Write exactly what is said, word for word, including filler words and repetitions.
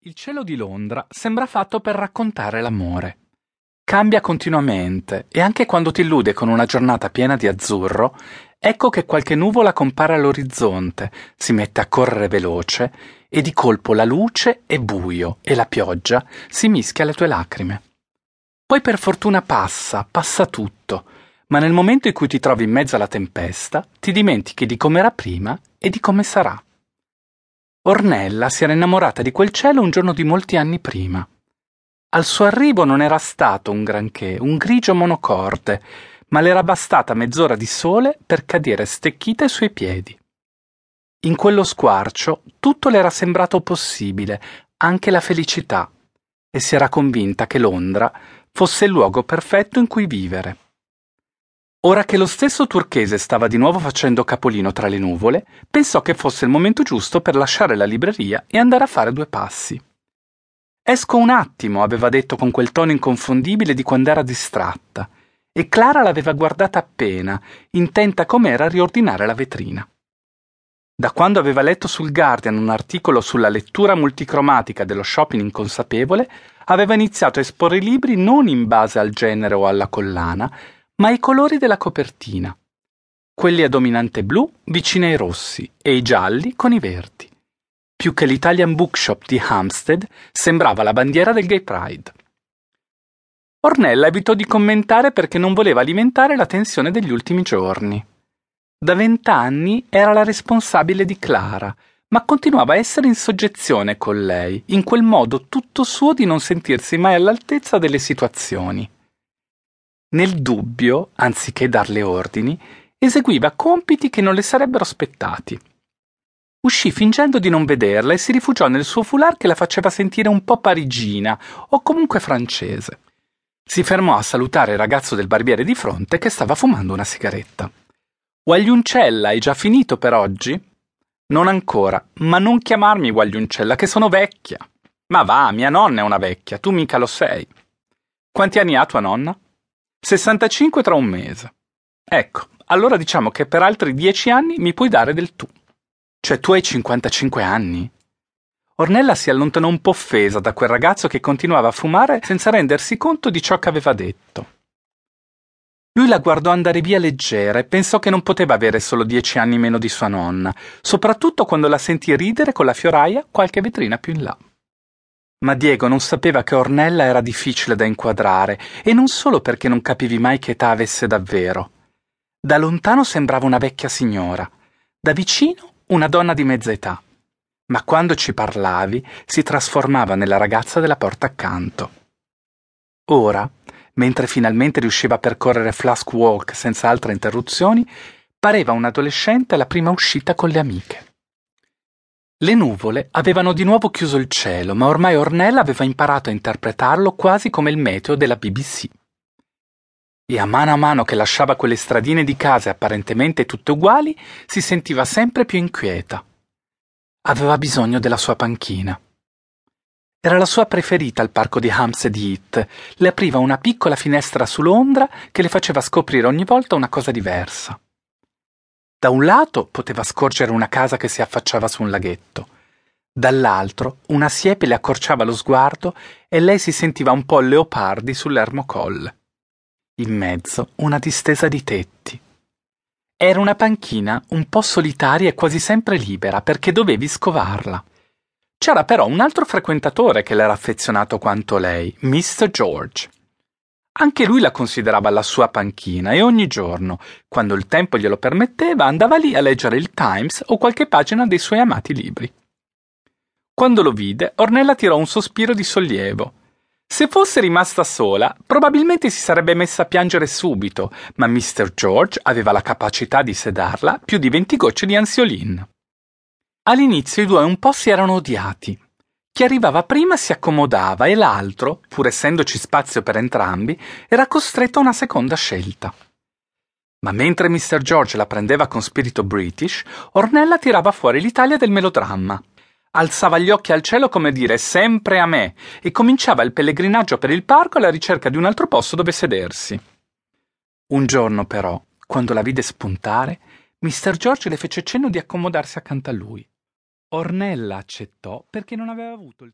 Il cielo di Londra sembra fatto per raccontare l'amore. Cambia continuamente e anche quando ti illude con una giornata piena di azzurro, ecco che qualche nuvola compare all'orizzonte, si mette a correre veloce e di colpo la luce è buio e la pioggia si mischia alle tue lacrime. Poi per fortuna passa, passa tutto, ma nel momento in cui ti trovi in mezzo alla tempesta, ti dimentichi di come era prima e di come sarà. Ornella si era innamorata di quel cielo un giorno di molti anni prima. Al suo arrivo non era stato un granché, un grigio monocorde, ma le era bastata mezz'ora di sole per cadere stecchita ai suoi piedi. In quello squarcio tutto le era sembrato possibile, anche la felicità, e si era convinta che Londra fosse il luogo perfetto in cui vivere. Ora che lo stesso turchese stava di nuovo facendo capolino tra le nuvole, pensò che fosse il momento giusto per lasciare la libreria e andare a fare due passi. Esco un attimo, aveva detto con quel tono inconfondibile di quando era distratta, e Clara l'aveva guardata appena, intenta com'era a riordinare la vetrina. Da quando aveva letto sul Guardian un articolo sulla lettura multicromatica dello shopping inconsapevole, aveva iniziato a esporre i libri non in base al genere o alla collana, ma i colori della copertina, quelli a dominante blu vicini ai rossi e i gialli con i verdi. Più che l'Italian Bookshop di Hampstead sembrava la bandiera del Gay Pride. Ornella evitò di commentare perché non voleva alimentare la tensione degli ultimi giorni. Da vent'anni era la responsabile di Clara, ma continuava a essere in soggezione con lei, in quel modo tutto suo di non sentirsi mai all'altezza delle situazioni. Nel dubbio, anziché darle ordini, eseguiva compiti che non le sarebbero spettati. Uscì fingendo di non vederla e si rifugiò nel suo foulard che la faceva sentire un po' parigina o comunque francese. Si fermò a salutare il ragazzo del barbiere di fronte che stava fumando una sigaretta. Guagliuncella, hai già finito per oggi? Non ancora, ma non chiamarmi Guagliuncella che sono vecchia. Ma va, mia nonna è una vecchia, tu mica lo sei. Quanti anni ha tua nonna? sessantacinque tra un mese. Ecco, allora diciamo che per altri dieci anni mi puoi dare del tu. Cioè tu hai cinquantacinque anni? Ornella si allontanò un po' offesa da quel ragazzo che continuava a fumare senza rendersi conto di ciò che aveva detto. Lui la guardò andare via leggera e pensò che non poteva avere solo dieci anni meno di sua nonna, soprattutto quando la sentì ridere con la fioraia qualche vetrina più in là. Ma Diego non sapeva che Ornella era difficile da inquadrare, e non solo perché non capivi mai che età avesse davvero. Da lontano sembrava una vecchia signora, da vicino una donna di mezza età, ma quando ci parlavi si trasformava nella ragazza della porta accanto. Ora, mentre finalmente riusciva a percorrere Flask Walk senza altre interruzioni, pareva un adolescente alla prima uscita con le amiche. Le nuvole avevano di nuovo chiuso il cielo, ma ormai Ornella aveva imparato a interpretarlo quasi come il meteo della B B C. E a mano a mano che lasciava quelle stradine di case apparentemente tutte uguali, si sentiva sempre più inquieta. Aveva bisogno della sua panchina. Era la sua preferita al parco di Hampstead Heath, le apriva una piccola finestra su Londra che le faceva scoprire ogni volta una cosa diversa. Da un lato poteva scorgere una casa che si affacciava su un laghetto, dall'altro una siepe le accorciava lo sguardo e lei si sentiva un po' leopardi sull'ermo colle. In mezzo una distesa di tetti. Era una panchina un po' solitaria e quasi sempre libera perché dovevi scovarla. C'era però un altro frequentatore che le era affezionato quanto lei, mister George. Anche lui la considerava la sua panchina e ogni giorno, quando il tempo glielo permetteva, andava lì a leggere il Times o qualche pagina dei suoi amati libri. Quando lo vide, Ornella tirò un sospiro di sollievo. Se fosse rimasta sola, probabilmente si sarebbe messa a piangere subito, ma mister George aveva la capacità di sedarla più di venti gocce di ansiolin. All'inizio i due un po' si erano odiati. Chi arrivava prima si accomodava e l'altro, pur essendoci spazio per entrambi, era costretto a una seconda scelta. Ma mentre mister George la prendeva con spirito british, Ornella tirava fuori l'Italia del melodramma. Alzava gli occhi al cielo come dire sempre a me e cominciava il pellegrinaggio per il parco alla ricerca di un altro posto dove sedersi. Un giorno però, quando la vide spuntare, mister George le fece cenno di accomodarsi accanto a lui. Ornella accettò perché non aveva avuto il